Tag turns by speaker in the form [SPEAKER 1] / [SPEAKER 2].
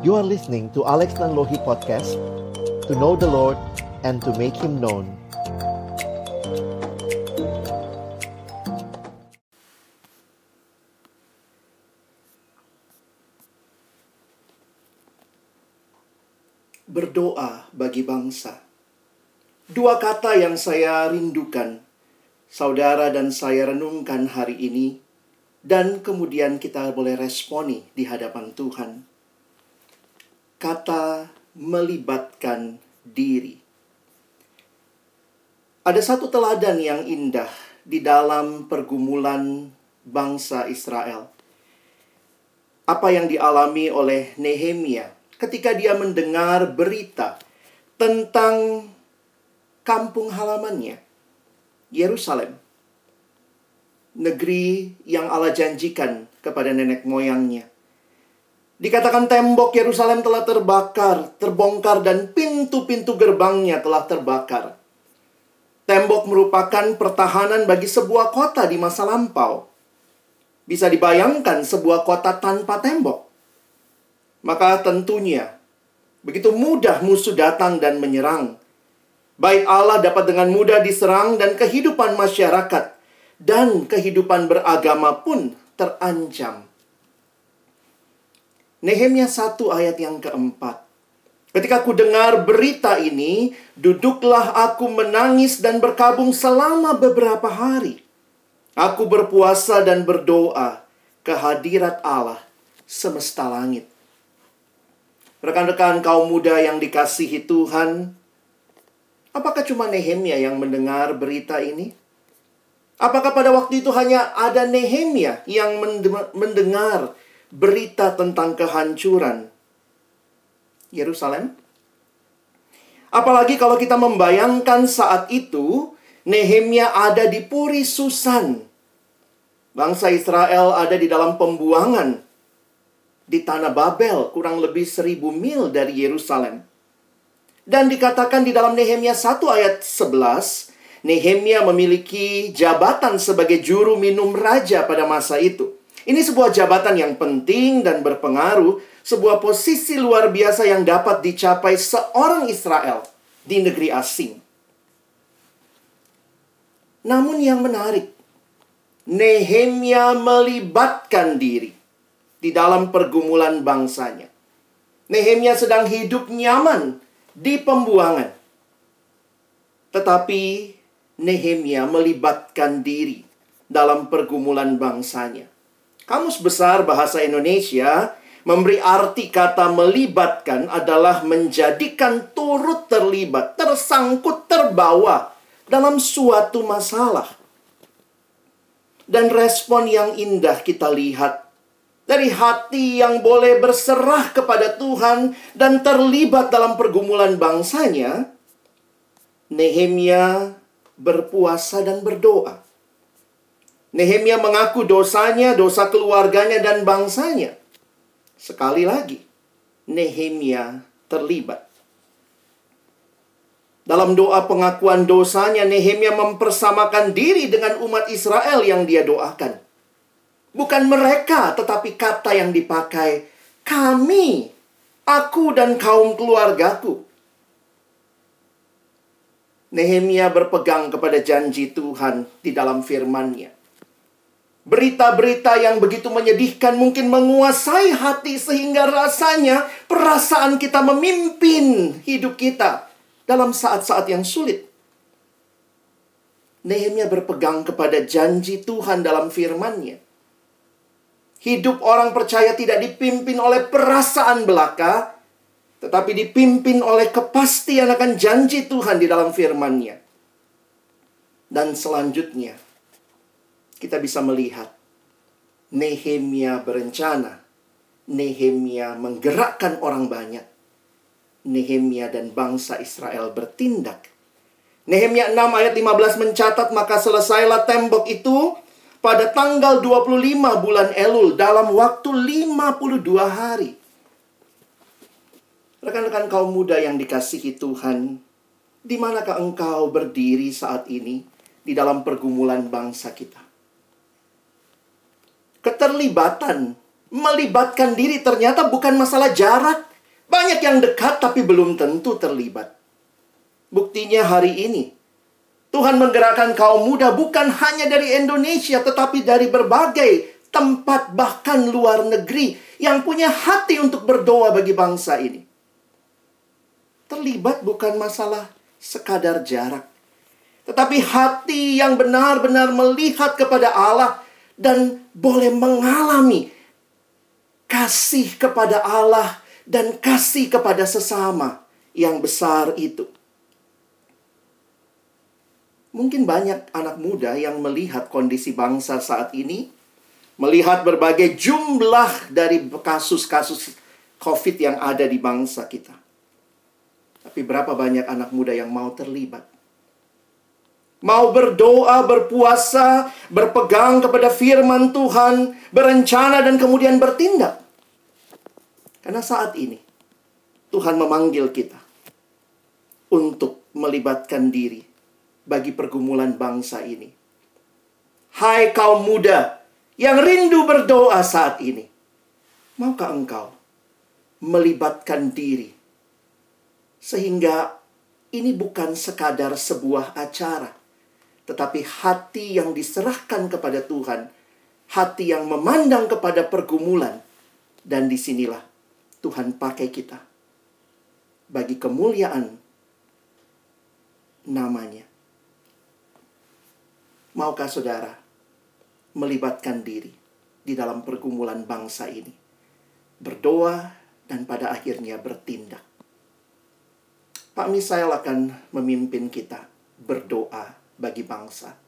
[SPEAKER 1] You are listening to Alex Nanlohi Podcast, to know the Lord and to make Him known.
[SPEAKER 2] Berdoa bagi bangsa. Dua kata yang saya rindukan, saudara dan saya renungkan hari ini, dan kemudian kita boleh responi di hadapan Tuhan. Kata melibatkan diri. Ada satu teladan yang indah di dalam pergumulan bangsa Israel. Apa yang dialami oleh Nehemia ketika dia mendengar berita tentang kampung halamannya, Yerusalem, negeri yang Allah janjikan kepada nenek moyangnya. Dikatakan tembok Yerusalem telah terbongkar dan pintu-pintu gerbangnya telah terbakar. Tembok merupakan pertahanan bagi sebuah kota di masa lampau. Bisa dibayangkan sebuah kota tanpa tembok. Maka tentunya begitu mudah musuh datang dan menyerang. Bait Allah dapat dengan mudah diserang dan kehidupan masyarakat dan kehidupan beragama pun terancam. Nehemia 1 ayat yang keempat. Ketika ku dengar berita ini, duduklah aku menangis dan berkabung selama beberapa hari. Aku berpuasa dan berdoa ke hadirat Allah semesta langit. Rekan-rekan kaum muda yang dikasihi Tuhan, apakah cuma Nehemia yang mendengar berita ini? Apakah pada waktu itu hanya ada Nehemia yang mendengar berita tentang kehancuran Yerusalem? Apalagi kalau kita membayangkan saat itu Nehemia ada di Puri Susan. Bangsa Israel ada di dalam pembuangan di tanah Babel, kurang lebih 1000 mil dari Yerusalem. Dan dikatakan di dalam Nehemia 1 ayat 11, Nehemia memiliki jabatan sebagai juru minum raja pada masa itu. Ini sebuah jabatan yang penting dan berpengaruh, sebuah posisi luar biasa yang dapat dicapai seorang Israel di negeri asing. Namun yang menarik, Nehemia melibatkan diri di dalam pergumulan bangsanya. Nehemia sedang hidup nyaman di pembuangan. Tetapi Nehemia melibatkan diri dalam pergumulan bangsanya. Kamus Besar Bahasa Indonesia memberi arti kata melibatkan adalah menjadikan turut terlibat, tersangkut, terbawa dalam suatu masalah. Dan respon yang indah kita lihat dari hati yang boleh berserah kepada Tuhan dan terlibat dalam pergumulan bangsanya, Nehemia berpuasa dan berdoa. Nehemia mengaku dosanya, dosa keluarganya dan bangsanya. Sekali lagi, Nehemia terlibat. Dalam doa pengakuan dosanya, Nehemia mempersamakan diri dengan umat Israel yang dia doakan. Bukan mereka, tetapi kata yang dipakai, kami, aku dan kaum keluargaku. Nehemia berpegang kepada janji Tuhan di dalam firman-Nya. Berita-berita yang begitu menyedihkan mungkin menguasai hati sehingga rasanya perasaan kita memimpin hidup kita dalam saat-saat yang sulit. Nehemia berpegang kepada janji Tuhan dalam firman-Nya. Hidup orang percaya tidak dipimpin oleh perasaan belaka, tetapi dipimpin oleh kepastian akan janji Tuhan di dalam firman-Nya. Dan selanjutnya, kita bisa melihat Nehemia berencana. Nehemia menggerakkan orang banyak. Nehemia dan bangsa Israel bertindak. Nehemia 6 ayat 15 mencatat, maka selesailah tembok itu pada tanggal 25 bulan Elul dalam waktu 52 hari. Rekan-rekan kaum muda yang dikasihi Tuhan, di manakah engkau berdiri saat ini di dalam pergumulan bangsa kita? Keterlibatan, melibatkan diri ternyata bukan masalah jarak, Banyak yang dekat tapi belum tentu terlibat. Buktinya hari ini, Tuhan menggerakkan kaum muda bukan hanya dari Indonesia, tetapi dari berbagai tempat, bahkan luar negeri, yang punya hati untuk berdoa bagi bangsa ini. Terlibat bukan masalah sekadar jarak, tetapi hati yang benar-benar melihat kepada Allah dan boleh mengalami kasih kepada Allah dan kasih kepada sesama yang besar itu. Mungkin banyak anak muda yang melihat kondisi bangsa saat ini, melihat berbagai jumlah dari kasus-kasus COVID yang ada di bangsa kita. Tapi berapa banyak anak muda yang mau terlibat? Mau berdoa, berpuasa, berpegang kepada firman Tuhan, berencana dan kemudian bertindak. Karena saat ini, Tuhan memanggil kita untuk melibatkan diri bagi pergumulan bangsa ini. Hai kaum muda yang rindu berdoa saat ini, maukah engkau melibatkan diri sehingga ini bukan sekadar sebuah acara, tetapi hati yang diserahkan kepada Tuhan, hati yang memandang kepada pergumulan, dan disinilah Tuhan pakai kita bagi kemuliaan namanya. Maukah saudara melibatkan diri di dalam pergumulan bangsa ini? Berdoa dan pada akhirnya bertindak. Pak Misael akan memimpin kita berdoa bagi bangsa.